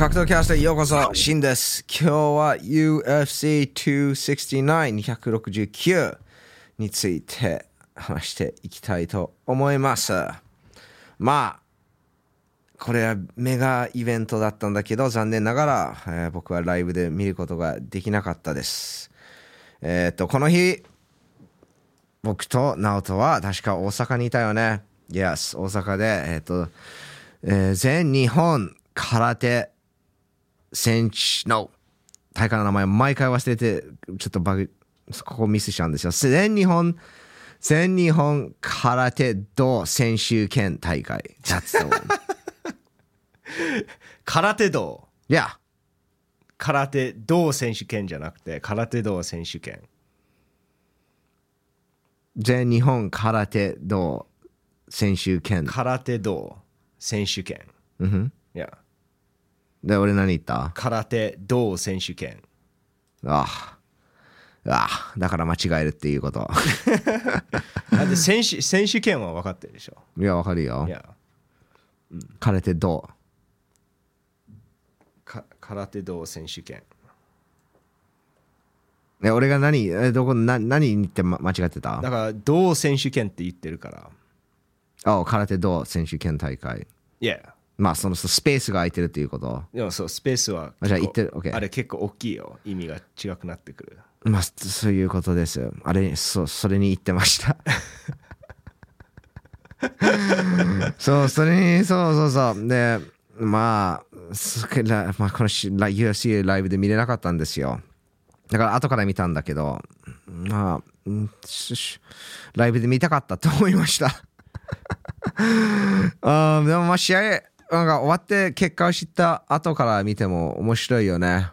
格闘キャストへようこそ、シンです。今日は UFC269 について話していきたいと思います。まあこれはメガイベントだったんだけど、残念ながら、僕はライブで見ることができなかったです。この日僕とナオトは確か大阪にいたよね。Yes、大阪で全日本空手選手の大会の名前を毎回忘れてちょっとここミスしたんですよ。全日本空手道選手権大会。That's the one. 空手道。 いや。 空手道選手権じゃなくて空手道選手権。 全日本空手道選手権。 空手道選手権。いや。 で、俺何言った？ 空手道選手権。 だから間違えるっていうこと。 だって選手権は分かってるでしょ。 いや、分かるよ。空手道。 空手道選手権。 俺が何言って間違ってた？ だから道選手権って言ってるから。 空手道選手権大会。 いや。 まあそのスペースが空いてるっていうこと。 でもそう、スペースはじゃあ言ってる、OK。 あれ結構大きいよ。意味が違くなってくる。 まあそういうことです。それに言ってました。そう。で、まあこのUFC ライブで見れなかったんですよ。だから後から見たんだけど、まあライブで見たかったと思いました。でもまあ試合なんか終わって結果を知った後から見ても面白いよね。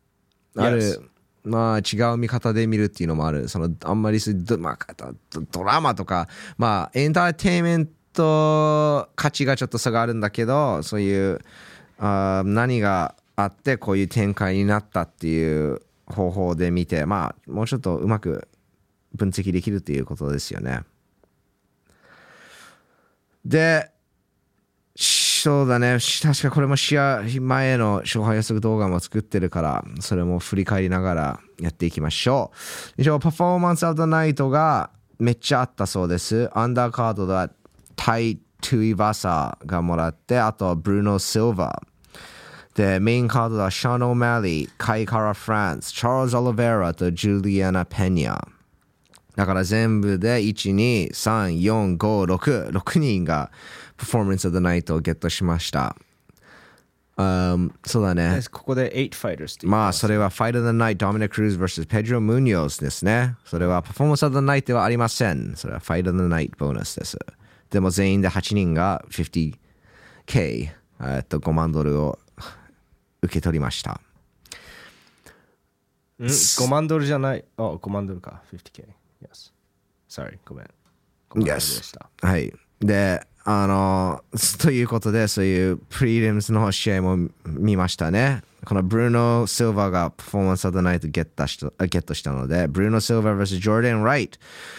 まあ違う見方で見るっていうのもある。あんまりドラマとか、まあエンターテインメント価値がちょっと差があるんだけど、そういう何があってこういう展開になったっていう方法で見て、まあもうちょっとうまく分析できるっていうことですよね。で、そうだね。確かこれも試合前の勝敗予測動画も作ってるから、それも振り返りながらやっていきましょう。以上、パフォーマンスオブザナイトがめっちゃあったそうです。アンダーカードではタイ・トゥイバサーがもらって、あとブルーノ・シルバー。で、メインカードではシャーン・オマリー、カイ・カラ・フランス、チャールズ・オリベラとジュリアナ・ペニャ。だから全部で1、2、3、4、5、6人がパフォーマンスオブザナイトをゲットしました。そうだね。 ここで8 fighters ってまあそれは Fight of the Night ドミニク・クルーズ vs ペドロ・ムニョスですね。それはパフォーマンスオブザナイトではありません。それは Fight of the Night ボーナスです。でも全員で8人が 50K、5万ドルを受け取りました。 5万ドルじゃない。5万ドルか。50K。Yes. Sorry. ごめん。 Yes. はい。で、ということで、そういうプリリムスの試合も見ましたね。このブルーノ・シルバーがパフォーマンスオブザナイトゲットしたので、ブルーノ・シルバー vs ジョーダン・ライト。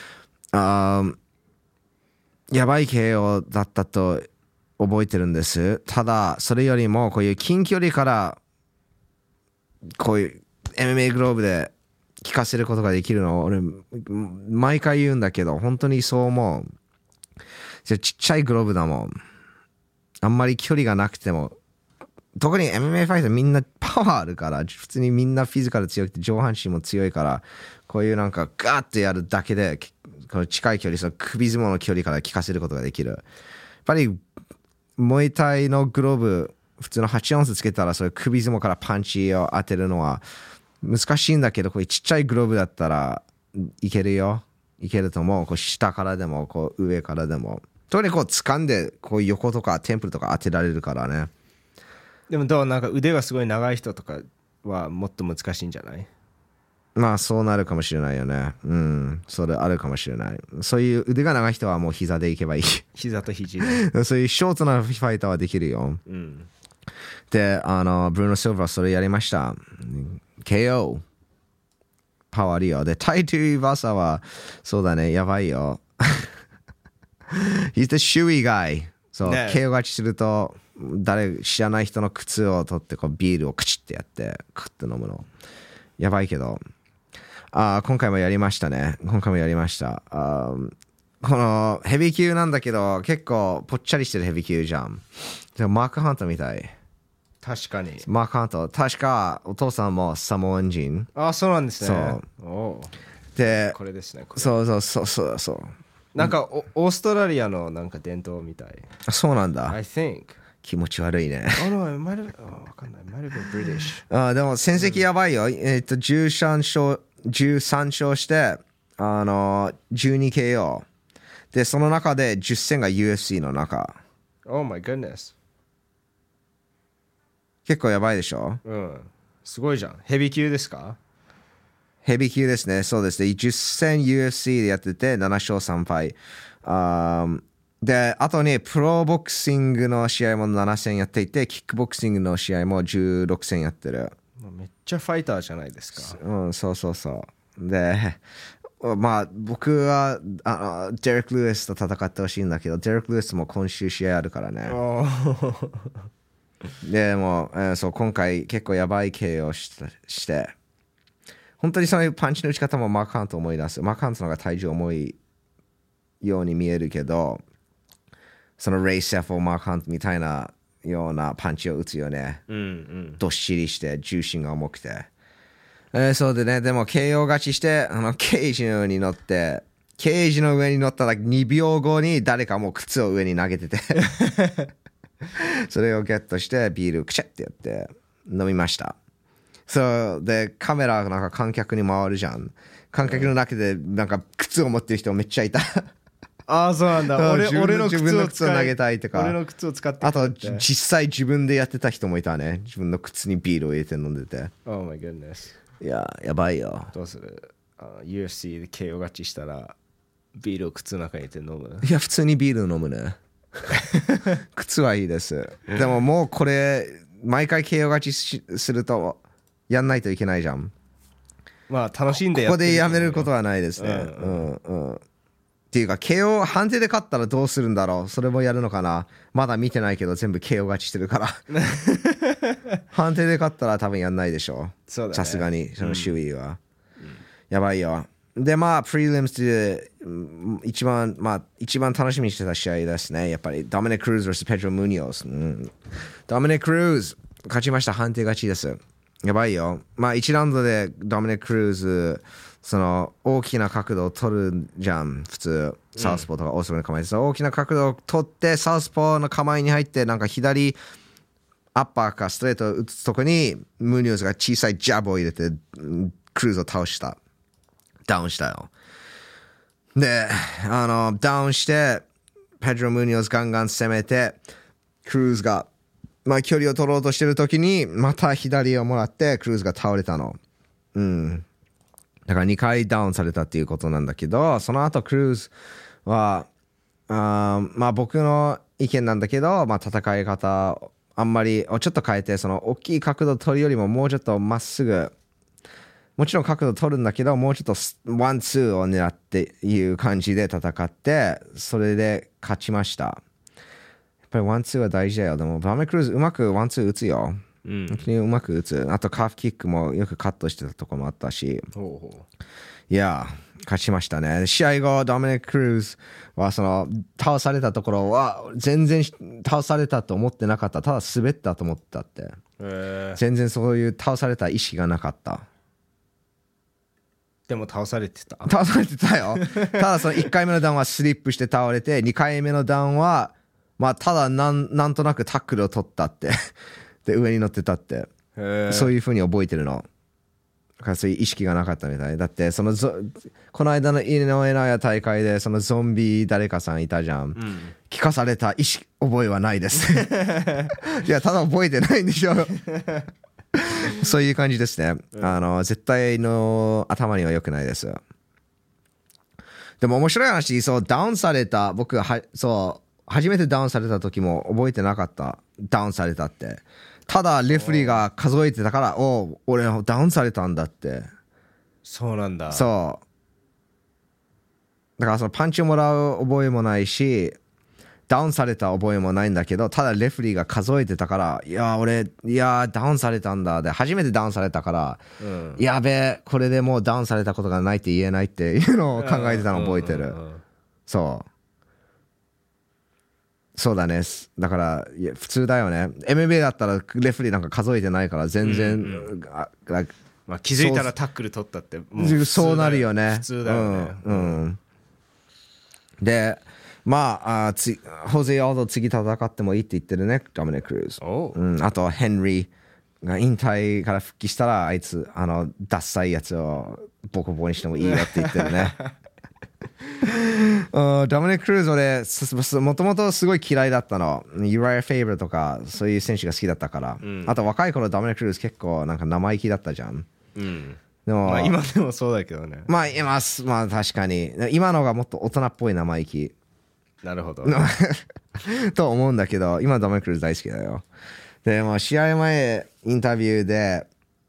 やばい KO だったと覚えてるんです。ただ、それよりもこういう近距離からこういう MMA グローブで効かせることができるのを俺毎回言うんだけど、本当にそう思う。ちっちゃいグローブだもん。あんまり距離がなくても、特に MMA ファイターみんなパワーあるから、普通にみんなフィジカル強くて上半身も強いから、こういうなんかガーッてやるだけでこの近い距離、その首相撲の距離から効かせることができる。やっぱりモエタイのグローブ普通の8オンスつけたらそれ首相撲からパンチを当てるのは難しいんだけど、こういうちっちゃいグローブだったらいけるよ。いけると思う。こう下からでもこう上からでも、特にこう掴んでこう横とかテンプルとか当てられるからね。 でもなんか腕がすごい長い人とかはもっと難しいんじゃない？ まあそうなるかもしれないよね。それあるかもしれない。そういう腕が長い人はもう膝でいけばいい。 膝と肘で。 そういうショートなファイターはできるよ。で、ブルーノ・シルバーそれやりました。KO。パワーあるよ。で、タイトゥイバサはそうだね、やばいよ。He's the shoey guy。そう、KO 勝ちすると知らない人の靴を取ってこうビールをクチってやってクッて飲むのやばいけど、今回もやりましたね。このヘビー級なんだけど結構ぽっちゃりしてるヘビー級じゃん。でもマーク・ハントみたい。 確かに。 マーク・ハント確かお父さんもサモアン人。 そうなんですね。でこれですね。 そうなんかオーストラリアのなんか伝統みたい。 そうなんだ。 I think 気持ち悪いね。 わかんない。might have been British。 でも戦績やばいよ。13勝して12KO でその中で10戦が UFC の中。 Oh my goodness。 結構やばいでしょ。 すごいじゃん。ヘビー級ですか？ ヘビー級ですね。そうですね。10戦 UFC でやってて7勝3敗。で、あとね、プロボクシングの試合も7戦やっていて、キックボクシングの試合も16戦やってる。 めっちゃファイターじゃないですか。 そう。で、まあ、僕はデレック・ルイスと戦ってほしいんだけど、デレック・ルイスも今週試合あるからね。でも、今回結構やばい KO して、本当にそういうパンチの打ち方もマーク・ハント思い出す。マーク・ハントの方が体重重いように見えるけど、そのレイ・セフォー、マーク・ハントみたいなようなパンチを打つよね。どっしりして重心が重くて。そうでね、でも KO 勝ちして、ケージの上に乗って、ケージの上に乗ったら2秒後に誰かもう靴を上に投げててそれをゲットしてビールクチャってやって飲みました。そうでカメラがなんか観客に回るじゃん。観客の中でなんか靴を持ってる人めっちゃいたそうなんだ。俺の自分の靴を投げたいとか、 俺の靴を使ってあと実際自分でやってた人もいたね。自分の靴にビールを入れて飲んでて。 Oh my goodness。 いややばいよ。 どうする？UFC で KO 勝ちしたらビールを靴の中に入れて飲む？ いや普通にビール飲むね靴はいいです。でももうこれ毎回 KO 勝ちするとやんないといけないじゃん。 まあ楽しんでここでやめることはないですね。っていうか KO 判定で勝ったらどうするんだろう。それもやるのかな。まだ見てないけど全部 KO 勝ちしてるから判定で勝ったら多分やんないでしょ。さすがにその周囲は、やばいよ。でまあプリリムスで一番楽しみにしてた試合ですね。やっぱりドミニク・クルーズ vs ペドロ・ムニオス。ドミニク・クルーズ勝ちました。判定勝ちです。やばいよ。まあ1ラウンドでドミニク・クルーズその大きな角度を取るじゃん。普通サウスポーとかオーストラリアの構えで、大きな角度を取ってサウスポーの構えに入ってなんか左アッパーかストレートを打つとこにムニオスが小さいジャブを入れてクルーズを倒した。ダウンしたよ。でダウンしてペドロ・ムニオスガンガン攻めて、クルーズがまあ距離を取ろうとしてる時にまた左をもらってクルーズが倒れたの。だから2回ダウンされたっていうことなんだけど、その後クルーズはまあ僕の意見なんだけど、まあ戦い方あんまりちょっと変えて、その大きい角度取るよりももうちょっとまっすぐ、もちろん角度取るんだけどもうちょっとワンツーを狙っていう感じで戦って、それで勝ちました。やっぱりワンツーは大事だよ。でもバーメクルーズうまくワンツー打つよ。本当にうまく打つ。あとカーフキックもよくカットしてたところもあったし、いや勝ちましたね。試合後ドミニク・クルーズはその倒されたところは全然倒されたと思ってなかった。ただ滑ったと思ったって、全然そういう倒された意識がなかった。 でも倒されてたよただその1回目のダウンはスリップして倒れて、2回目のダウンはまあただなんとなくタックルを取ったってで上に乗ってたって、そういう風に覚えてるの。だからそういう意識がなかったみたいだって。この間のイノエナヤ大会でそのゾンビ誰かさんいたじゃん、聞かされた覚えはないですいやただ覚えてないんでしょそういう感じですね。絶対の頭には良くないです。でも面白い話、そうダウンされた、僕が初めてダウンされた時も覚えてなかった。ダウンされたって。ただレフリーが数えてたから、俺ダウンされたんだって。 そうなんだ。 そうだからそのパンチをもらう覚えもないし、 ダウンされた覚えもないんだけど、ただレフェリーが数えてたから、いやダウンされたんだで、初めてダウンされたから、やべえ、これでもうダウンされたことがないって言えないっていうのを考えてたの覚えてる。そうだね。だから普通だよね。MMA だったらレフェリーなんか数えてないから全然、 まあ、気づいたらタックル取ったってもうそうなるよね。 普通だよね。 でまあホゼ・アルド次戦ってもいいって言ってるね、ドミニク・クルーズ。あとヘンリーが引退から復帰したらあいつダッサいやつをボコボコにしてもいいよって言ってるね。ドミニク・クルーズ俺もともとすごい嫌いだったの。ユライア・フェイバーとかそういう選手が好きだったから、あと若い頃ドミニク・クルーズ結構なんか生意気だったじゃん。 でもまあ今でもそうだけどね。 まあ確かに今のがもっと大人っぽい生意気。 なるほど。 と思うんだけど、今ドミニク・クルーズ大好きだよ。でも試合前インタビューで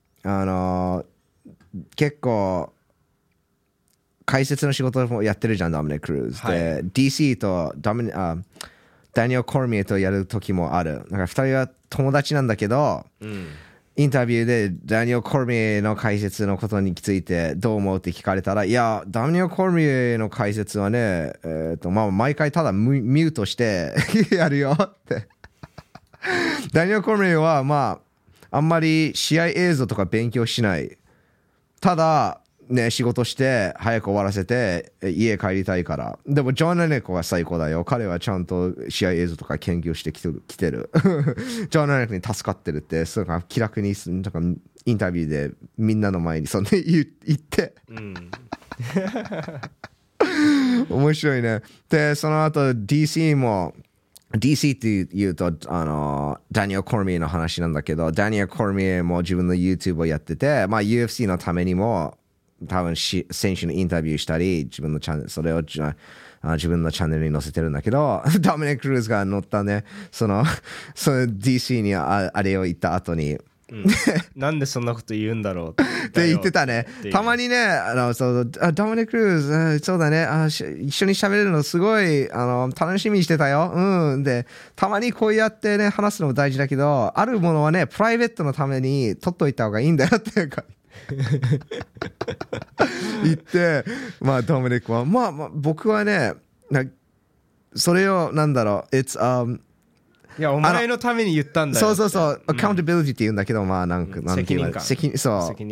結構解説の仕事もやってるじゃん、ドミニク・クルーズ、で DC とダニエル・コルミエとやる時もある。だから2人は友達なんだけど、インタビューでダニエル・コルミエの解説のことについてどう思うって聞かれたら、いやダニエル・コルミエの解説はね、まあ、毎回ただミュートしてやるよってダニエル・コルミエはまああんまり試合映像とか勉強しない。ただね、仕事して早く終わらせて家帰りたいから。でもジョン・レネコは最高だよ。彼はちゃんと試合映像とか研究してきてるジョン・レネコに助かってるってすごく気楽になんかインタビューでみんなの前にそんで言って、面白いね。でその後 DC もDC って言うとダニエル・コルミエの話なんだけど、ダニエル・コルミエも自分の YouTube をやってて、まあ、UFC のためにも多分選手のインタビューしたり自分のチャンネルそれを自分のチャンネルに載せてるんだけど、ドミニク・クルーズが乗ったねそのDC にあれを言った後に、 なんでそんなこと言うんだろうって言ってたね。たまにねドミニク・クルーズそうだね一緒に喋れるのすごい楽しみにしてたよ。でたまにこうやってね話すのも大事だけど、あるものはねプライベートのために取っといた方がいいんだよっていうか言って、まあドミニクはまあ僕はねそれをなんだろういやお前のために言ったんだよ。 そうアカウンタビリティって言うんだけど、まあなんていうの責任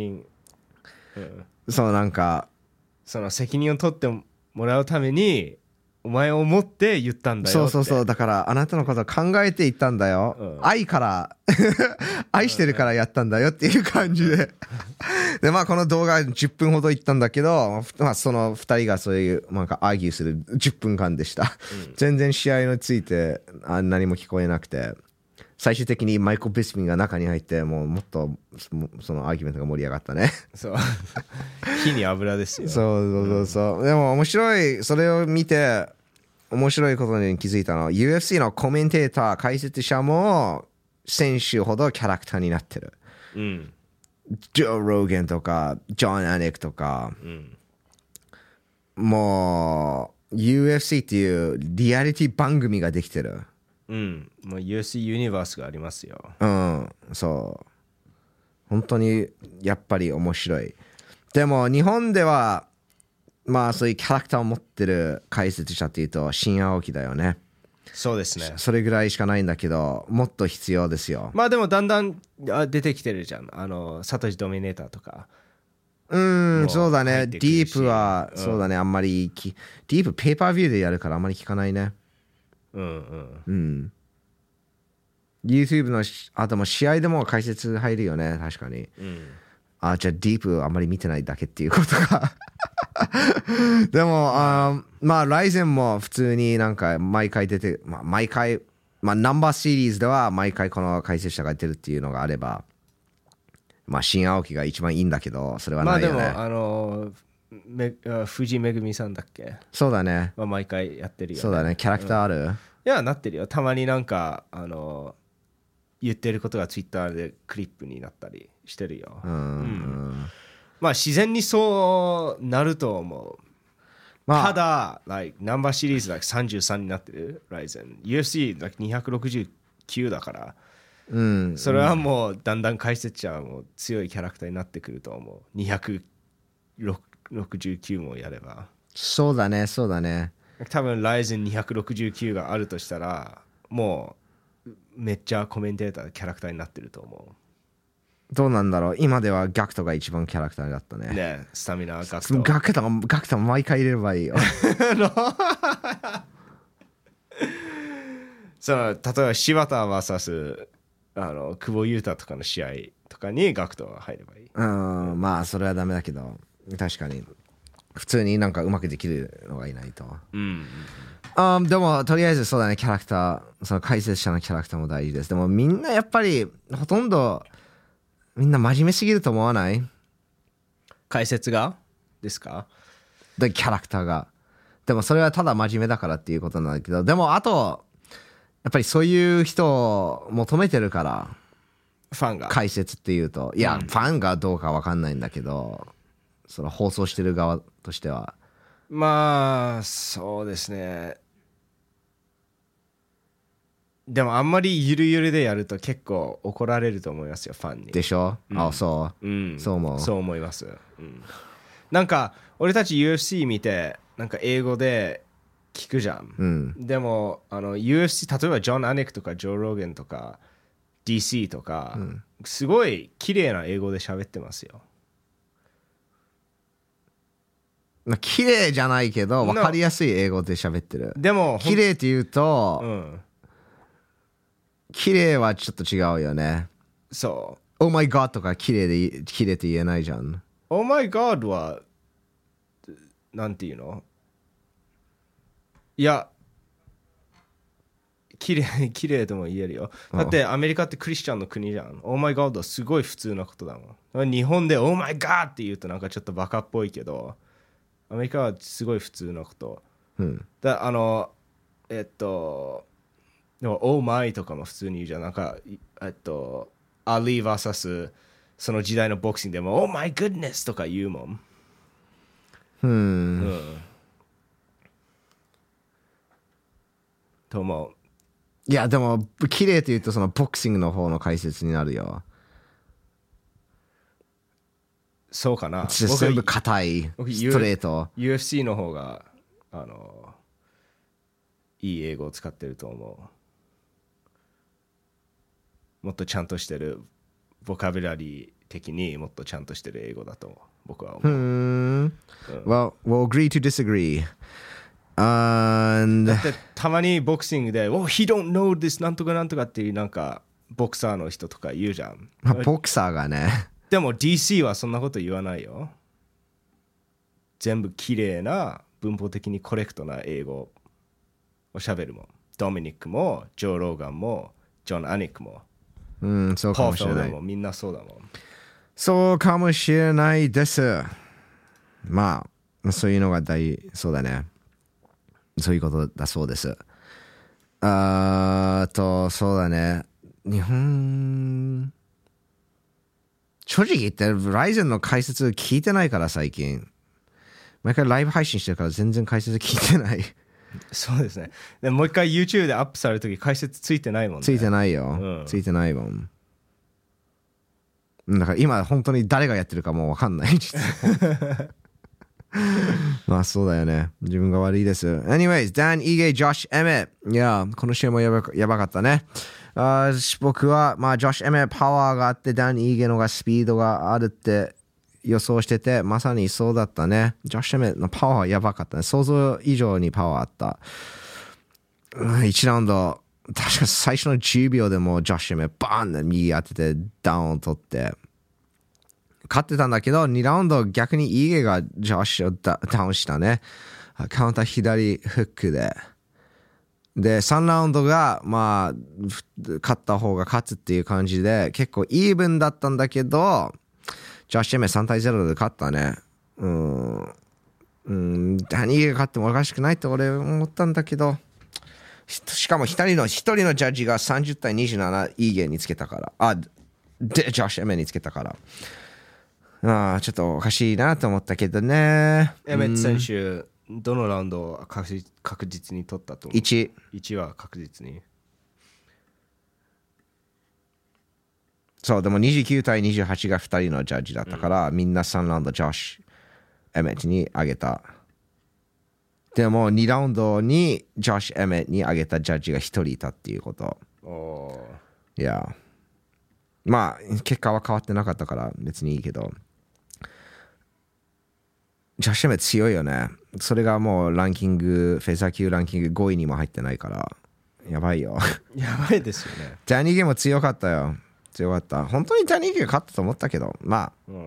そうなんかその責任を取ってもらうためにお前を思って言ったんだよって。 そうだからあなたのことを考えて言ったんだよ、愛から愛してるからやったんだよっていう感じででまあこの動画10分ほどいったんだけど、まあ、その2人がそういうなんかアーギューする10分間でした、全然試合について何も聞こえなくて、最終的にマイクル・ビスミンが中に入ってもっとそのアーギュメントが盛り上がったね。 そう火に油ですよ。 そうでも面白い。それを見て面白いことに気づいたのは UFC のコメンテーター解説者も選手ほどキャラクターになってる、ジョー・ローゲンとかジョン・アネックとか、もう UFC っていうリアリティ番組ができてる。 もう UFC ユニバースがありますよ。 そう本当にやっぱり面白い。でも日本ではまあそういうキャラクターを持ってる解説者っていうと新青木だよね。 そうですね。 それぐらいしかないんだけど、もっと必要ですよ。 まあでもだんだん出てきてるじゃん。サトシドミネーターとか。 そうだね。ディープは、そうだね。あんまりディープペーパービューでやるからあんまり聞かないね。YouTube のでも試合でも解説入るよね、確かに。じゃあディープあんまり見てないだけっていうことかでもまあライゼンも普通になんか毎回出て、毎回ナンバーシリーズでは毎回この解説者が出るっていうのがあれば、新青木が一番いいんだけど、それはないよね。 藤井めぐみさんだっけ。 そうだね、 毎回やってるよね。 そうだね。キャラクターある、 いやなってるよ。たまになんか言ってることがツイッターでクリップになったりしてるよ。まあ自然にそうなると思う。 ただ、ナンバーシリーズ33になってる、ライゼン。UFC269 だから、それはもうだんだん解説者はもう強いキャラクターになってくると思う。269もやれば。 そうだね。 多分ライゼン269があるとしたら、もうめっちゃコメンテーターキャラクターになってると思う。 どうなんだろう。今ではガクトが一番キャラクターだったね。 ね、スタミナガクト。 ガクト毎回入れればいいよ。 その例えば柴田 VS 久保優太とかの試合とかにガクトが入ればいい。 まあそれはダメだけど、確かに普通になんかうまくできるのがいないと。でもとりあえずそうだね、キャラクター、その解説者のキャラクターも大事です。でもみんなやっぱりほとんどみんな真面目すぎると思わない？ 解説がですか？ でキャラクターが。でもそれはただ真面目だからっていうことなんだけど、でもあとやっぱりそういう人を求めてるから、 ファンが解説っていうと、いや、ファンがどうか分かんないんだけど、その放送してる側としては。 まあそうですね。でもあんまりゆるゆるでやると結構怒られると思いますよ、ファンに。 でしょ？そう。そう思う。 そう思います。なんか俺たち UFC 見てなんか英語で聞くじゃん。でもUFC、例えばジョン・アネクとかジョー・ローゲンとか DC とか、すごい綺麗な英語で喋ってますよ。 綺麗じゃないけど分かりやすい英語で喋ってる。 でも綺麗って言うと、綺麗はちょっと違うよね。 そう。 Oh my god とか綺麗って言えないじゃん。 Oh my god はなんていうの？いや、綺麗とも言えるよ。だってアメリカってクリスチャンの国じゃん。Oh my god はすごい普通なことだもん。日本で Oh my god って言うとなんかちょっとバカっぽいけど、アメリカはすごい普通なこと。でも Oh my とかも普通に言うじゃん。なんかアリー vs その時代のボクシングでも Oh my goodness とか言うもん。と思う。 いやでも綺麗って言うとそのボクシングの方の解説になるよ。 そうかな。 全部硬いストレート。 UFC の方がいい英語を使ってると思う。もっとちゃんとしてるボカブラリー的にもっとちゃんとしてる英語だと僕は思う。 Well, we'll agree to disagree. And だってたまにボクシングで「Oh, he don't know this なんとかなんとか」っていうなんかボクサーの人とか言うじゃん。 ボクサーがね。 でも DC はそんなこと言わないよ。全部綺麗な文法的にコレクトな英語を喋るもん。ドミニックもジョー・ローガンもジョン・アニックもそうかもしれない。 もみんなそうだもん。 そうかもしれないです。まあそういうのがそうだね。そういうことだそうです。そうだね。日本正直言ってライゼンの解説聞いてないから最近。毎回ライブ配信してるから全然解説聞いてない。 そうですね。でもう一回 YouTube でアップされるとき解説ついてないもんね。 ついてないよ。ついてないもん。だから今本当に誰がやってるかもう分かんない。まあそうだよね。自分が悪いです。Anyways, Dan Ige, Josh Emmett。いや、この試合もやばかったね。僕は、まあ、Josh Emmett パワーがあって、Dan Ige のがスピードがあるって予想してて、まさにそうだったね。Josh Emmett のパワーはやばかったね。想像以上にパワーあった。1ラウンド、確か最初の10秒でも Josh Emmett バーンって右当ててダウンを取って、勝ってたんだけど、2ラウンド逆にイーゲがジョッシュをダウンしたね。カウンター左フックで。で、3ラウンドが、まあ、勝った方が勝つっていう感じで、結構イーブンだったんだけど、ジョッシュメ3対0で勝ったね。ダニーゲが勝ってもおかしくないって俺思ったんだけど、しかも一人のジャッジが30対27イーゲにつけたから。で、ジョッシュメにつけたから。ちょっとおかしいなと思ったけどね。 エメット選手どのラウンドを確実に取ったと思う？ 1は確実に。 そう、でも29対28が2人のジャッジだったから、みんな3ラウンドジョシュ・エメットにあげた。でも2ラウンドにジョシュ・エメットにあげたジャッジが1人いたっていうこと。いや、まあ結果は変わってなかったから別にいいけど、ジョシュ・エメット強いよね。それがもうランキング、フェザー級ランキング5位にも入ってないから、やばいよ。 やばいですよね。 ダニーゲも強かったよ。強かった。本当にダニーゲが勝ったと思ったけど、ま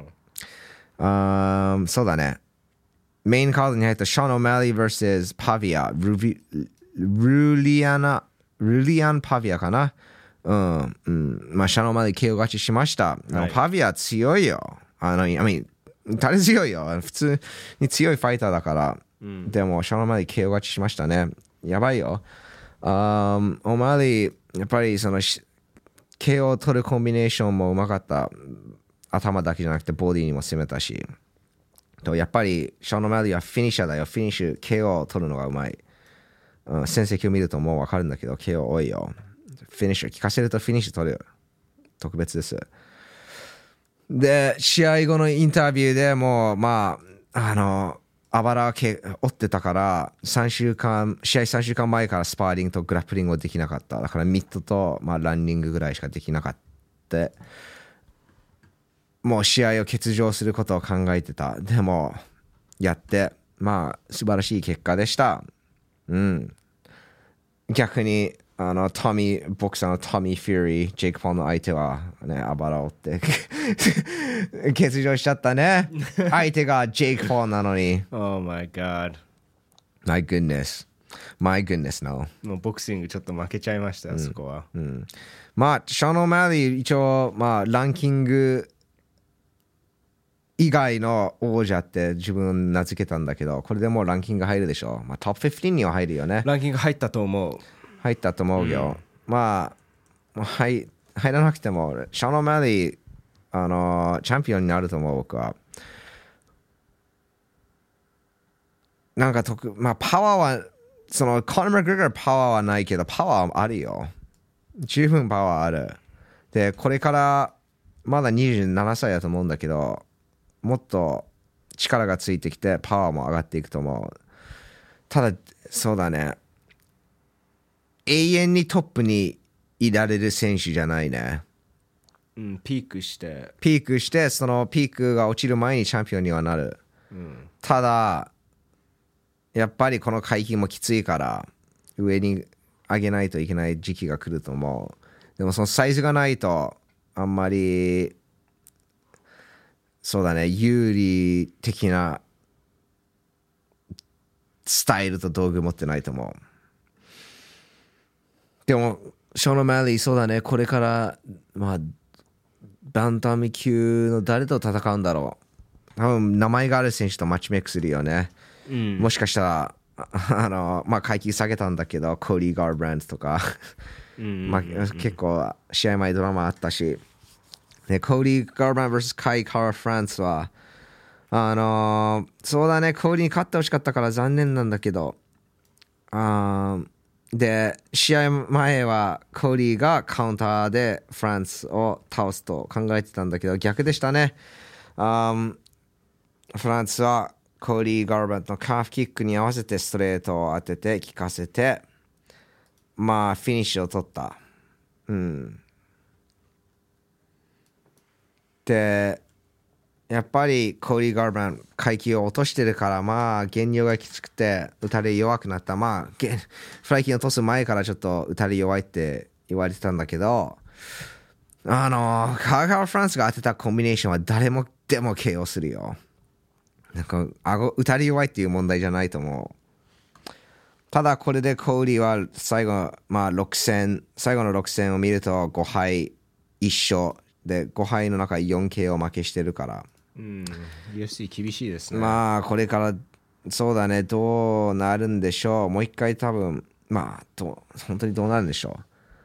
あ、そうだね。メインカードに入ったショーン・オマリー vs パビア、ルリアン・パビアかな。まあ、ショーン・オマリー KO 勝ちしました。パビア強いよ。誰強いよ。普通に強いファイターだから。でも、ショーン・オマリー KO 勝ちしましたね。やばいよ。オマリー、やっぱりその、KO を取るコンビネーションもうまかった。頭だけじゃなくてボディにも攻めたし。やっぱりショーン・オマリーはフィニッシャーだよ。フィニッシュ、KO を取るのがうまい。戦績を見るともうわかるんだけど、KO 多いよ。フィニッシュ、聞かせるとフィニッシュ取る。特別です。で、試合後のインタビューでもう、まあ、あばら折ってたから、試合3週間前からスパーリングとグラップリングをできなかった。だからミッドと、まあ、ランニングぐらいしかできなかった。もう試合を欠場することを考えてた。でも、やって、まあ、素晴らしい結果でした。逆に、ボクサーのトミー・フューリー、ジェイク・ポールの相手は、ね、あばら折って、欠場しちゃったね。相手がジェイク・ポールなのに。 Oh my god. My goodness. No. もうボクシングちょっと負けちゃいました、そこは。 まあ、ショーン・オマリー、一応、まあ、ランキング以外の王者って自分名付けたんだけど、これでもうランキング入るでしょ。まあ、トップ15には入るよね。 ランキング入ったと思う。 入ったと思うよ。まあ、入らなくても、ショーン・オマリー、チャンピオンになると思う、僕は。なんかまあ、パワーは、コーナー・マクグレガーパワーはないけど、パワーはあるよ。十分パワーある。で、これから、まだ27歳だと思うんだけど、もっと力がついてきて、パワーも上がっていくと思う。ただ、そうだね。永遠にトップにいられる選手じゃないね。 ピークして、 そのピークが落ちる前にチャンピオンにはなる。ただ、やっぱりこの階級もきついから、上に上げないといけない時期が来ると思う。でもそのサイズがないと、あんまり、そうだね、有利的なスタイルと道具持ってないと思う。でも、ショーン・オマリー、そうだね、これから、まあ、バンタム級の誰と戦うんだろう。多分、名前がある選手とマッチメイクするよね。もしかしたら、まあ、階級下げたんだけど、コーディー・ガーブランドとか、まあ、結構、試合前ドラマあったし、で、コーディー・ガーブランド vs カイ・カー・フランスは、そうだね、コーディーに勝ってほしかったから残念なんだけど、で、試合前はコーディーがカウンターでフランスを倒すと考えてたんだけど、逆でしたね。フランスはコーディー・ガーバントのカーフキックに合わせてストレートを当てて効かせて、まあ、フィニッシュを取った。で、やっぱりコーディー・ガーバン階級を落としてるから、まあ減量がきつくて打たれ弱くなった。まあフライ級を落とす前からちょっと打たれ弱いって言われてたんだけど、カーフランスが当てたコンビネーションは誰もでも KO するよ。なんか打たれ弱いっていう問題じゃないと思う。ただこれでコーディーは最後、まあ最後の6戦を見ると5敗1勝で5敗の中 4KO 負けしてるから。 UFC 厳しいですね。 まあこれからそうだね、どうなるんでしょう。もう一回多分まあ本当にどうなるんでしょ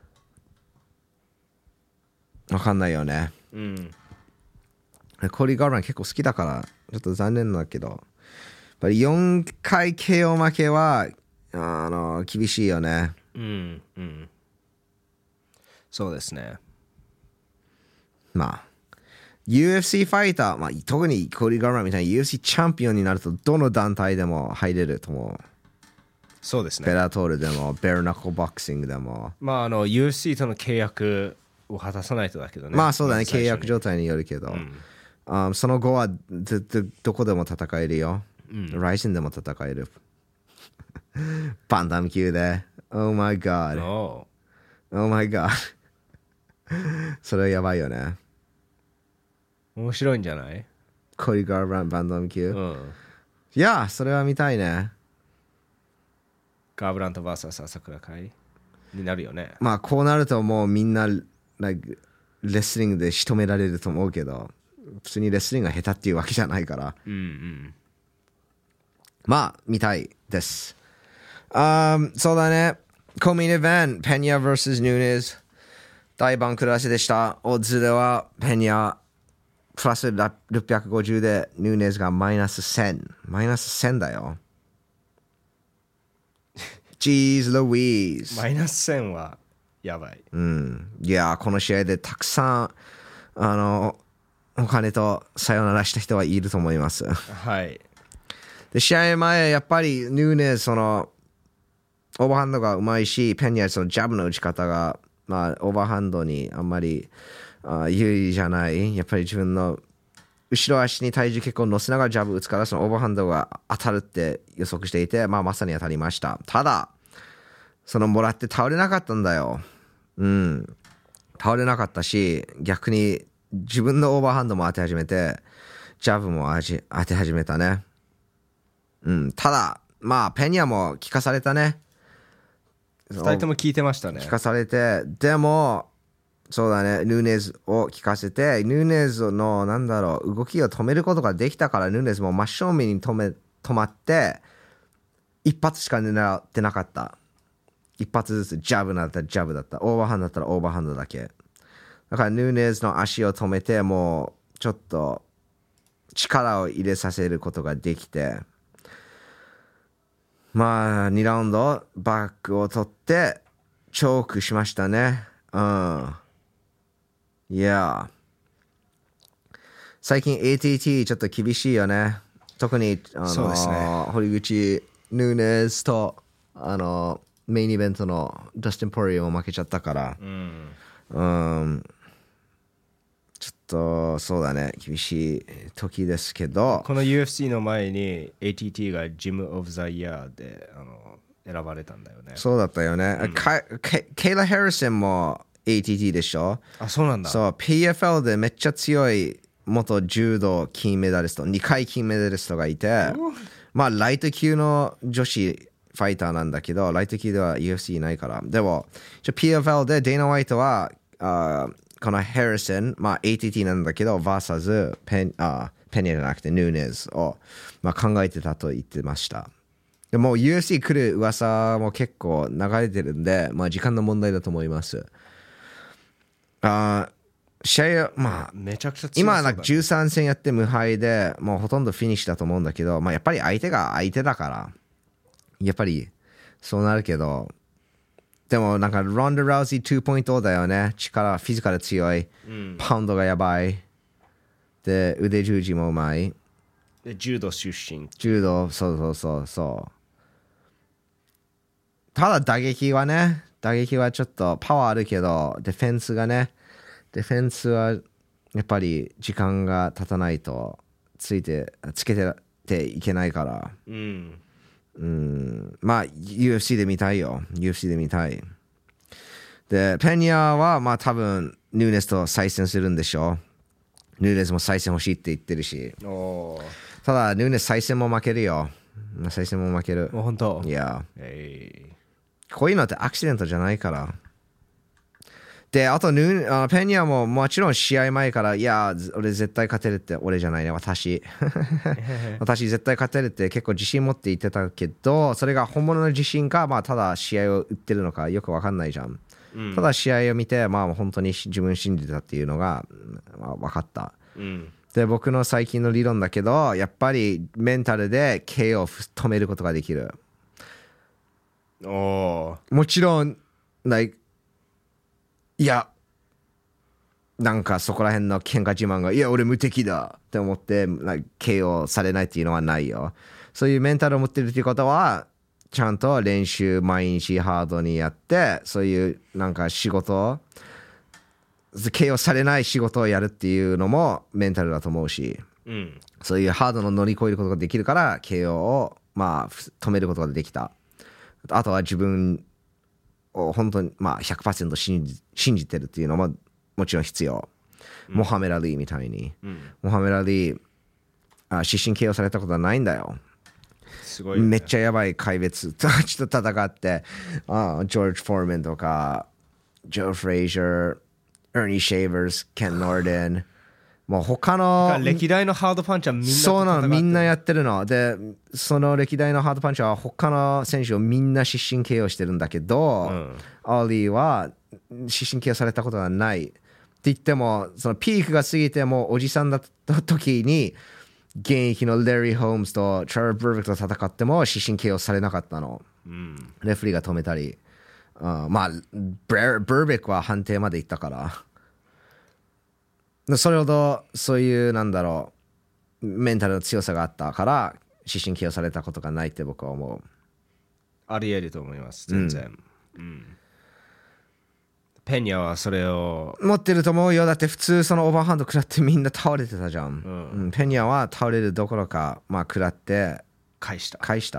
う。わかんないよね。コーディー・ガーバン結構好きだからちょっと残念だけど、 ぱり4回 KO 負けは厳しいよね。 うんうん。そうですね。 まあ UFC ファイター、まあ、特にコーディ・ガーバランみたいに UFC チャンピオンになるとどの団体でも入れると思う。 そうですね。 ベラトールでもベルナコボクシングでも、 まあUFC との契約を果たさないとだけどね。 まあそうだね、契約状態によるけど、その後はどこでも戦えるよ。ライジンでも戦える。バンタム級で。Oh my god。Oh my god。それはやばいよね。 面白いんじゃない？ コーディ・ガーバランバンタム級。いや、それは見たいね。 ガーブラント VS 朝倉海になるよね。 まあこうなるともうみんな、レスリングで仕留められると思うけど、普通にレスリングが下手っていうわけじゃないから、まあ見たいです。そうだね、コミュニイベントペニャ vs ヌーネズ大番狂わせでした。オッズではペニャプラス650でヌーネズがマイナス1000だよ。ジーズ・ロウィーズマイナス1000はやばい。 いやこの試合でたくさんお金とさよならした人はいると思います。 はい。 で試合前やっぱりヌーネズそのオーバーハンドがうまいし、ペニャそのジャブの打ち方がまあオーバーハンドにあんまり有利じゃない。やっぱり自分の後ろ足に体重結構乗せながらジャブ打つからそのオーバーハンドが当たるって予測していて、まあまさに当たりました。ただそのもらって倒れなかったんだよ。倒れなかったし、逆に自分のオーバーハンドも当て始めてジャブも当て始めたね。ただまあペニャも効かされたね。 2人とも聞いてましたね。 効かされて、でもそうだね、ヌーネズを効かせて、ヌーネズの動きを止めることができたから、ヌーネズも真正面に止まって一発しか狙ってなかった。一発ずつジャブだったらジャブだった、オーバーハンドだったらオーバーハンドだけだから、ヌーネズの足を止めてもうちょっと力を入れさせることができて、まあ2ラウンドバックを取ってチョークしましたね。いや最近 ATT ちょっと厳しいよね。特にそうですね、 堀口ヌーネズとメインイベントのダスティン・ポリオも負けちゃったから、ちょっとそうだね、厳しい時ですけど、 この UFC の前に ATT がジム・オブ・ザ・イヤーで選ばれたんだよね。 そうだったよね。ケイラ・ヘリソンもATT でしょ。 あ、そうなんだ。 そう、PFL でめっちゃ強い元柔道金メダリスト、2回金メダリストがいて、まあライト級の女子ファイターなんだけど、ライト級では UFC いないから。でも PFL でデイナ・ホワイトはこのヘリソン、まあ ATT なんだけど VS ペニャじゃなくてヌーネズを、まあ、考えてたと言ってました。でも UFC 来る噂も結構流れてるんで、まあ時間の問題だと思います。試合まあめちゃくちゃ強そうだね。 今13戦やって無敗でもうほとんどフィニッシュだと思うんだけど、まあやっぱり相手が相手だからやっぱりそうなるけど、でもなんかロンダ・ラウジー 2.0 だよね。力フィジカル強い、パウンドがやばいで、腕十字もうまいで、柔道出身。 柔道、そうただ打撃はちょっとパワーあるけど、ディフェンスはやっぱり時間が経たないとつけていけないから、まあ UFC で見たいよ。 UFC で見たい。でペニャはまあ多分ヌーネスと再戦するんでしょ。ヌーネスも再戦欲しいって言ってるし、ただヌーネス再戦も負けるよ。再戦も負ける。 もう本当。 いや、こういうのってアクシデントじゃないから。であとペニャももちろん試合前から、いや俺絶対勝てるって、俺じゃないね、私絶対勝てるって結構自信持って言ってたけど、それが本物の自信か、まあただ試合を打ってるのかよく分かんないじゃん。 ただ試合を見て、まあ、本当に自分信じてたっていうのが、まあ、分かった、で僕の最近の理論だけど、やっぱりメンタルで KO を止めることができる。もちろん、いやなんかそこら辺の喧嘩自慢が、いや俺無敵だって思って、KO されないっていうのはないよ。そういうメンタルを持ってるっていうことは、ちゃんと練習毎日ハードにやって、そういうなんか仕事、KO されない仕事をやるっていうのもメンタルだと思うし、そういうハードの乗り越えることができるから KO をまあ止めることができた。あとは自分を本当にまあ 100% 信じてるっていうのももちろん必要。モハメド・アリーみたいに、モハメド・アリー失神 KO されたことはないんだよ。 すごいね、 めっちゃやばい怪物たちと戦って、ジョージ・フォーメンとかジョー・フレイジャー、エーニー・シェイバーズ、ケン・ノーデン、もう他の歴代のハードパンチはみんなそうなの、みんなやってるので、その歴代のハードパンチは他の選手をみんな失神 KO してるんだけど、アリーは失神 KO されたことがないって言っても、そのピークが過ぎてもおじさんだった時に現役のレリー・ホームズとチャール・ブルベックと戦っても失神 KO されなかったの、レフリーが止めたり、まあブルベックは判定まで行ったから、それほどそういうなんだろうメンタルの強さがあったから失神 KO されたことがないって僕は思う。 あり得ると思います全然、ペニャはそれを持ってると思うよ。だって普通そのオーバーハンド食らってみんな倒れてたじゃん、ペニャは倒れるどころか、まあ、食らって返した、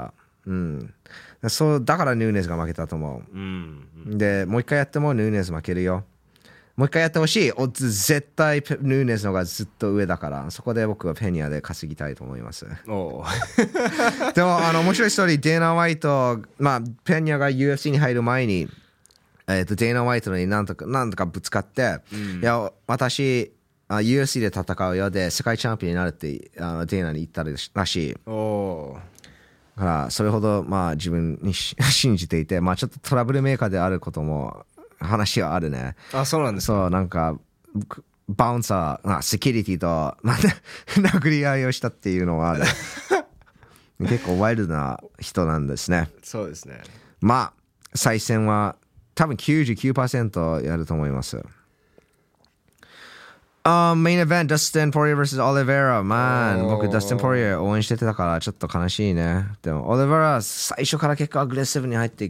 そうだからヌーネスが負けたと思う、でもう一回やってもヌーネス負けるよ。もう一回やってほしい。オッズ絶対ヌーネスの方がずっと上だから、そこで僕はペニャで稼ぎたいと思います。でも面白いストーリー、デーナ・ホワイト、まあ、ペニャが UFC に入る前にデーナ・ホワイトになんとかぶつかって、いや私UFC で戦うよで世界チャンピオンになるってデーナに言ったらしい。だからそれほどまあ自分に信じていて、まあちょっとトラブルメーカーであることも話はあるね。 そうなんですか。 そうなんかバウンサーセキュリティと殴り合いをしたっていうのはある結構ワイルドな人なんですね。 そうですね。 まあ再戦は多分 99% やると思います。メインイベント、ダスティン・ポリア vs オリベラ。僕ダスティン・ポリア応援してたからちょっと悲しいね。でもオリベラ最初から結構アグレッシブに入っていって、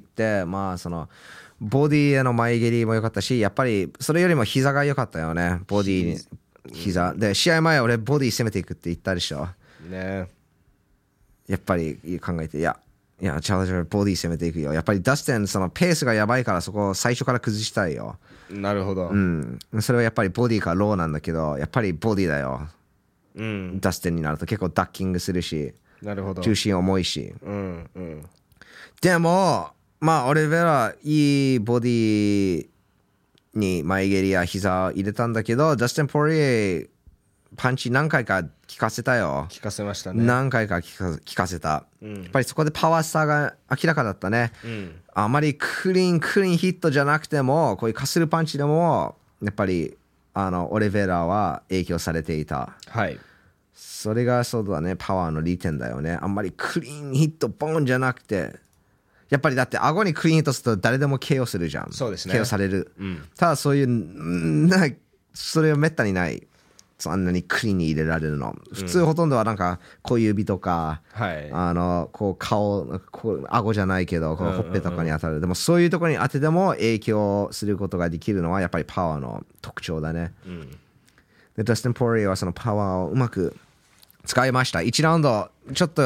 まあそのボディへの前蹴りも良かったし、やっぱりそれよりも膝が良かったよね。ボディに膝で、試合前俺ボディ攻めていくって言ったでしょね。 やっぱり考えて、いやチャレンジャーボディ攻めていくよ。やっぱりダスティンそのペースがやばいから、そこを最初から崩したいよ。 なるほど。 それはやっぱりボディかローなんだけど、やっぱりボディだよ。ダスティンになると結構ダッキングするし、 なるほど。 重心重いし。でもまあオリベラいいボディに前蹴りや膝を入れたんだけど、ダスティン・ポリエパンチ何回か効かせたよ。 効かせましたね。 何回か効かせた、やっぱりそこでパワー差が明らかだったね、あまりクリーンヒットじゃなくても、こういうかするパンチでもやっぱりオリベラは影響されていた。それがそうだね、パワーの利点だよね。あんまりクリーンヒットボーンじゃなくて、やっぱりだって顎にクリーンヒットすると誰でも KO するじゃん。 そうですね。 KO される、ただそういうそれはめったにない。あんなにクリーンに入れられるの、普通ほとんどはなんか小指とか、こう顔顎じゃないけどこうほっぺとかに当たる、でもそういうところに当てても影響することができるのはやっぱりパワーの特徴だね、でダスティン・ポリアはそのパワーをうまく使いました。1ラウンドちょっと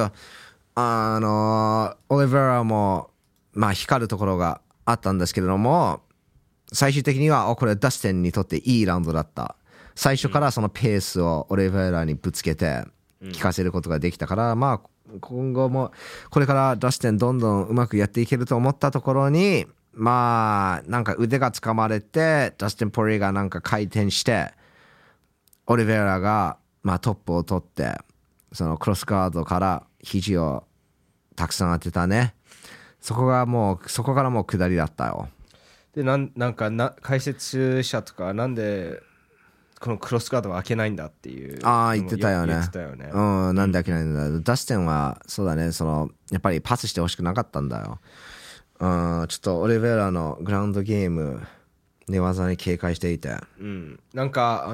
オリベラもまあ光るところがあったんですけれども、最終的にはこれダスティンにとっていいラウンドだった。最初からそのペースをオリベラにぶつけて効かせることができたから、まあ今後もこれからダスティンどんどんうまくやっていけると思ったところに、まあなんか腕が掴まれてダスティン・ポリエがなんか回転してオリベラがまあトップを取って、そのクロスガードから肘をたくさん当てたね。そこからもう下りだったよ。 で解説者とかなんでこのクロスガードは開けないんだっていう言ってたよね。なんで開けないんだ。ダスティンはそうだね、やっぱりパスしてほしくなかったんだよ。ちょっとオリベラのグラウンドゲーム寝技に警戒していて、 なんか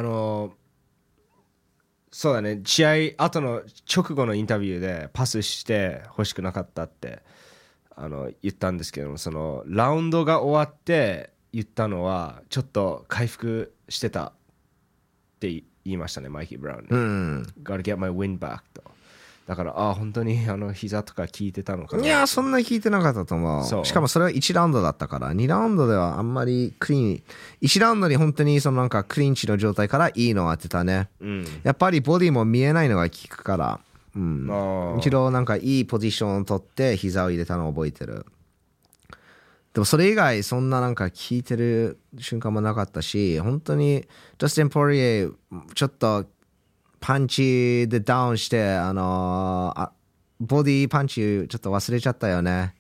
そうだね、試合後の直後のインタビューでパスしてほしくなかったって言ったんですけども、そのラウンドが終わって言ったのはちょっと回復してたって言いましたね、マイキー・ブラウンに。Gotta get my win back と。だから本当に膝とか効いてたのかな。 いやそんな効いてなかったと思う。しかもそれは1ラウンドだったから、2ラウンドではあんまりクリーン、1ラウンドに本当になんかクリンチの状態からいいのを当てたね、やっぱりボディも見えないのが効くから、一度なんかいいポジションを取って膝を入れたのを覚えてる。でもそれ以外そんななんか効いてる瞬間もなかったし、本当にジャスティン・ポリエちょっとパンチでダウンしてボディパンチちょっと忘れちゃったよね。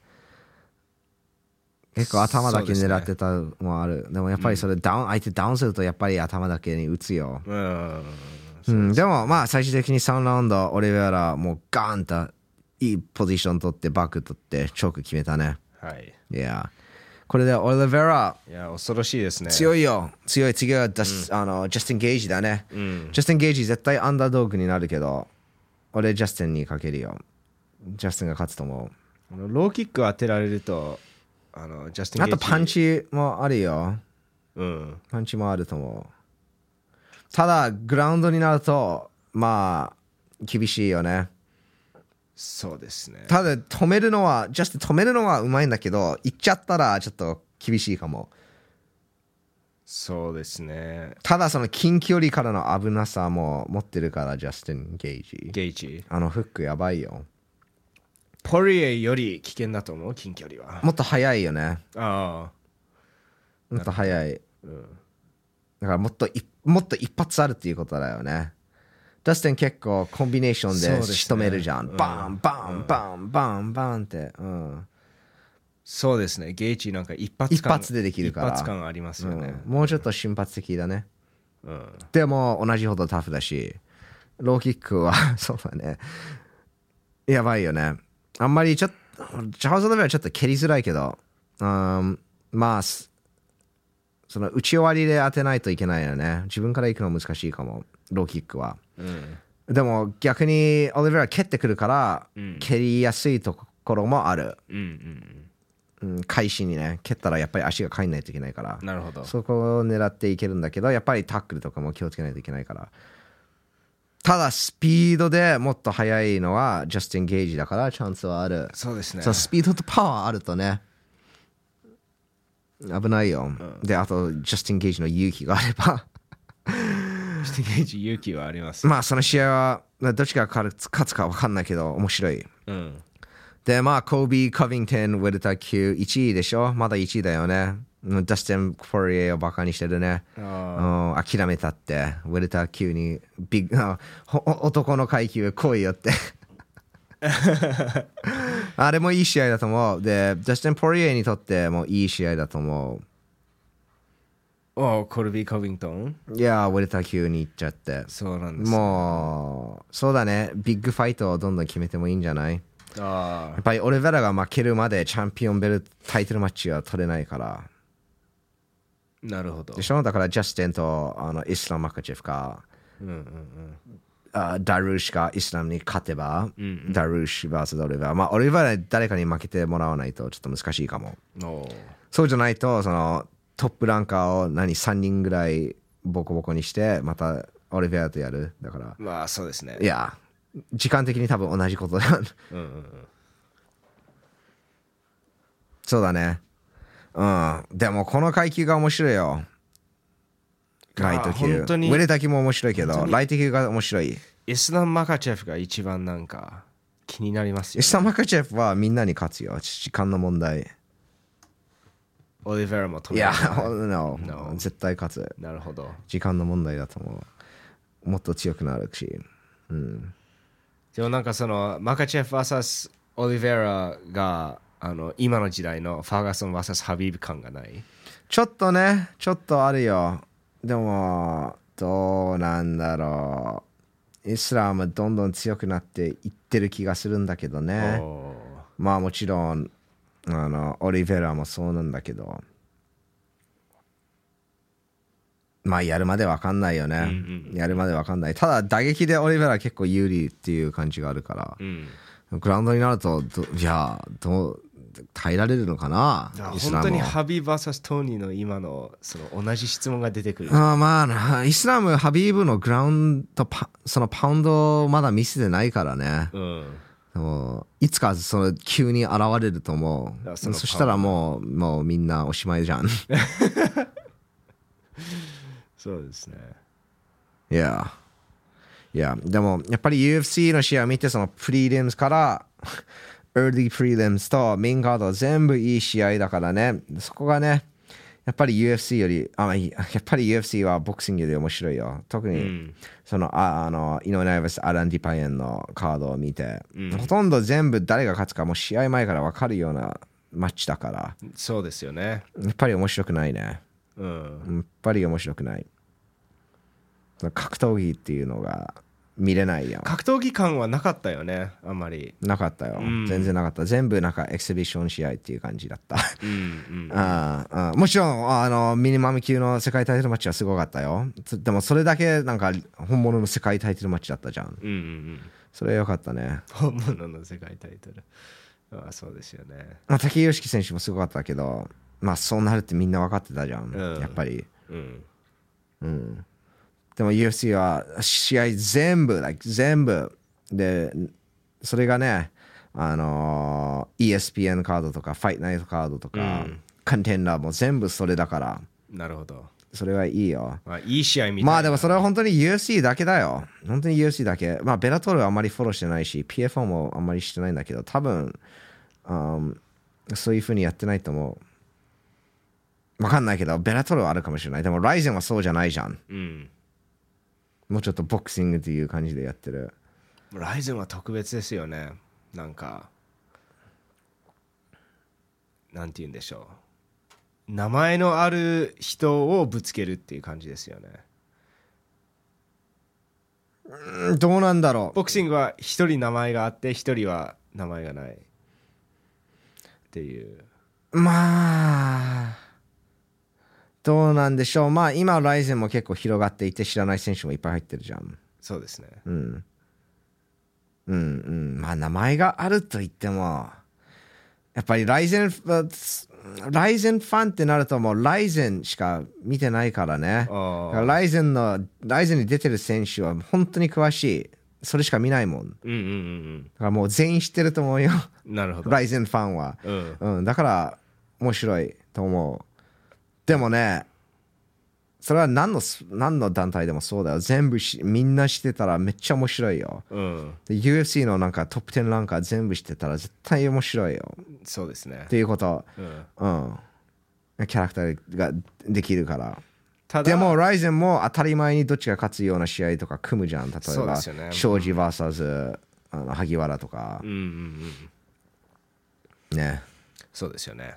結構頭だけ狙ってたのもある。でもやっぱりそれ相手ダウンするとやっぱり頭だけに打つよ。でもまあ最終的に3ラウンドオリベラもうガーンといいポジション取ってバック取ってチョーク決めたね。いやこれでオリベラ、 いや恐ろしいですね。 強いよ。強い。次はジャスティン・ゲージだね。ジャスティン・ゲージ絶対アンダードッグになるけど、俺ジャスティンにかけるよ。ジャスティンが勝つと思う。ローキック当てられるとジャスティン・ゲージ、 あとパンチもあるよ。パンチもあると思う。ただグラウンドになるとまあ厳しいよね。 そうですね。 ただジャスティン止めるのはうまいんだけど、行っちゃったらちょっと厳しいかも。 そうですね。 ただその近距離からの危なさも持ってるからジャスティン・ゲージ。フックやばいよ。 ポリエより危険だと思う、近距離は。 もっと速いよね。もっと速い。だからもっと一発あるっていうことだよね。ダスティン結構コンビネーションで仕留めるじゃん。バンバンバンバンバンって。 そうですね。ゲイチなんか一発でできるから。 一発感ありますよね。 もうちょっと瞬発的だね。でも同じほどタフだし、ローキックはそうだね。やばいよね。あんまりチャールズ・オリベラはちょっと蹴りづらいけど、まあその打ち終わりで当てないといけないよね。自分から行くの難しいかも、ローキックは。でも逆にオリベラ蹴ってくるから、蹴りやすいところもある。開始にね、蹴ったらやっぱり足が返んないといけないから、 なるほど。 そこを狙っていけるんだけど、やっぱりタックルとかも気をつけないといけないから。ただスピードでもっと速いのはジャスティン・ゲージだからチャンスはある。 そうですね。 スピードとパワーあるとね危ないよ。であとジャスティン・ゲージの勇気があればジャスティン・ゲージ勇気はあります。 まあその試合はどっちが勝つか分かんないけど面白い。でまあコービー・コビントンウェルター級1位でしょ。まだ1位だよね。ダスティン・ポリエをバカにしてるね。諦めたってウェルター級に男の階級来いよってあれもいい試合だと思う。でダスティン・ポリエにとってもいい試合だと思う。 コルビー・コビントン、 いやウェルター級に行っちゃって。 そうなんです、 もうそうだね。ビッグファイトをどんどん決めてもいいんじゃない。やっぱりオリベラが負けるまでチャンピオンベルトタイトルマッチは取れないから。 なるほど。 でしょ。だからジャスティンとイスラム・マカチェフか、ダルーシュがイスラムに勝てば、ダルーシュ vs オリベラ。まあオリベラ誰かに負けてもらわないとちょっと難しいかも。そうじゃないとそのトップランカーを3人ぐらいボコボコにしてまたオリベラとやる。だからまあそうですね。 いや時間的に多分同じことだ。そうだね。でもこの階級が面白いよ。ライト級。ウェルター級も面白いけど、ライト級が面白い。 イスラム・マカチェフが一番なんか気になりますよ、ね。 イスラム・マカチェフはみんなに勝つよ。時間の問題。 オリベラも止める。いや、no. 絶対勝つ。 なるほど。 時間の問題だと思う。もっと強くなるし。 でもなんかそのマカチェフ vs オリベラが今の時代のファーガソン vs ハビーブ感がない。 ちょっとあるよ。でもどうなんだろう。イスラムどんどん強くなっていってる気がするんだけどね。まあもちろんオリベラもそうなんだけど、まあやるまでわかんないよね、やるまでわかんない。ただ打撃でオリベラ結構有利っていう感じがあるから、グラウンドになると耐えられるのかな。 本当にハビー VS トニーの今のその同じ質問が出てくる。 まあイスラムハビーブのグラウンドそのパウンドまだ見せてないからね、いつかその急に現れると思う。そしたらもうみんなおしまいじゃん。 そうですね。 いやでもやっぱり UFC の試合を見て、そのプリリムスからearly prelims とメインカード全部いい試合だからね。そこがねやっぱり UFC よりやっぱり UFC はボクシングより面白いよ。特に、その井上尚弥 vs アラン・ディパイエンのカードを見て、ほとんど全部誰が勝つかもう試合前から分かるようなマッチだから。 そうですよね。 やっぱり面白くないね。やっぱり面白くない。格闘技っていうのが見れないやん。 格闘技感はなかったよね。あんまりなかったよ、全然なかった。全部なんかエキシビション試合っていう感じだった。もちろんミニマム級の世界タイトルマッチはすごかったよ。でもそれだけなんか本物の世界タイトルマッチだったじゃん。それはよかったね。 本物の世界タイトル。そうですよね。 竹井選手もすごかったけど、まあそうなるってみんな分かってたじゃん、やっぱり。でも UFC は試合全部で、それがねESPN カードとかファイトナイトカードとか、コンテンダーも全部それだから。 なるほど。 それはいいよ。 いい試合みたいな。 まあでもそれは本当に UFC だけだよ。本当に UFC だけ。まあベラトルはあんまりフォローしてないし PFO もあんまりしてないんだけど、多分そういう風にやってないと思う。わかんないけどベラトルはあるかもしれない。でもライゼンはそうじゃないじゃん。もうちょっとボクシングっていう感じでやってる。 ライゼンは特別ですよね。なんかなんて言うんでしょう、名前のある人をぶつけるっていう感じですよね。 どうなんだろう。 ボクシングは一人名前があって一人は名前がないっていう。 まあどうなんでしょう。まあ今ライゼンも結構広がっていて知らない選手もいっぱい入ってるじゃん。 そうですね。 まあ名前があると言ってもやっぱりライゼンファンってなるともうライゼンしか見てないからね。ライゼンに出てる選手は本当に詳しい。それしか見ないもん。だからもう全員知ってると思うよ。 なるほど。 ライゼンファンは、だから面白いと思う。でもね、それは何の団体でもそうだよ。全部みんな知ってたらめっちゃ面白いよ。で UFC のなんかトップ10ランカー全部知ってたら絶対面白いよ。 そうですね。 っていうこと、キャラクターができるから。でもライゼンも当たり前にどっちが勝つような試合とか組むじゃん。例えば、庄司 VS 萩原とか。ね。 そうですよね。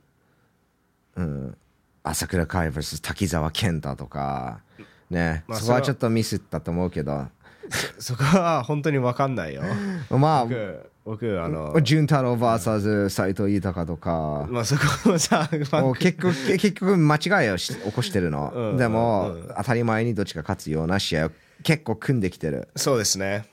朝倉海 vs 滝沢健太とかね、そこはちょっとミスったと思うけど、 そこは本当に分かんないよ。 まあ僕潤太郎 vs 斎藤豊とか、 まあそこもさ結局間違いを起こしてるの。でも当たり前にどっちが勝つような試合を結構組んできてる。 そうですね。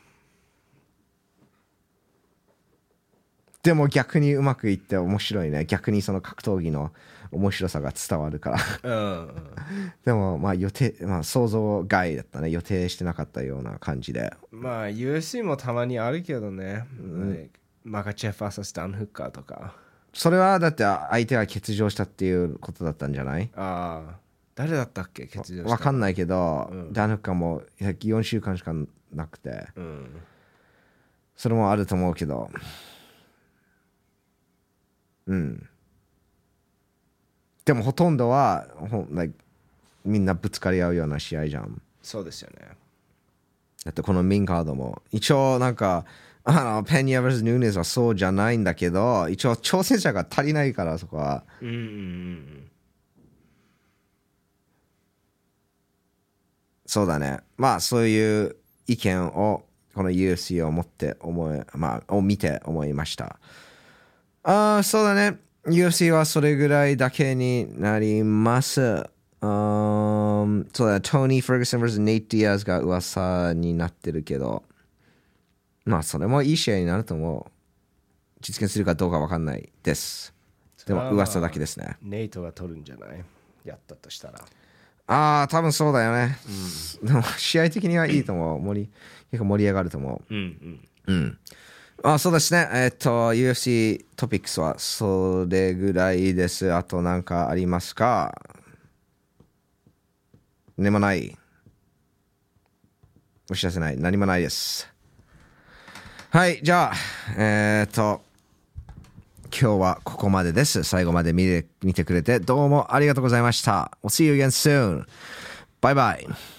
でも逆にうまくいって面白いね。逆にその格闘技の面白さが伝わるからでもまあ想像外だったね。予定してなかったような感じで。 まあ UFC もたまにあるけどね、マカチェフ vs ダン・フッカーとか。 それはだって相手が欠場したっていうことだったんじゃない？ 誰だったっけ、欠場した。 分かんないけど、ダン・フッカーも4週間しかなくて、それもあると思うけど、でもほとんどはみんなぶつかり合うような試合じゃん。 そうですよね。 だってこのメインカードも一応なんかペニア vs ヌーネスはそうじゃないんだけど、一応挑戦者が足りないからそこは。 そうだね。まあ、そういう意見を、この UFC を見て思いました。そうだね。UFC はそれぐらいだけになります。そうだ、トニー・フェルグソン vs ネイト・ディアスが噂になってるけど、まあ、それもいい試合になると思う。実現するかどうか分かんないです。でも、噂だけですね。 ネイトが取るんじゃない？やったとしたら。 多分そうだよね。でも、試合的にはいいと思う。結構盛り上がると思う。そうですね。UFC トピックスはそれぐらいです。あと何かありますか？何もない。お知らせない。何もないです。はい、じゃあ、今日はここまでです。最後まで見てくれてどうもありがとうございました。We'll see you again soon. Bye bye.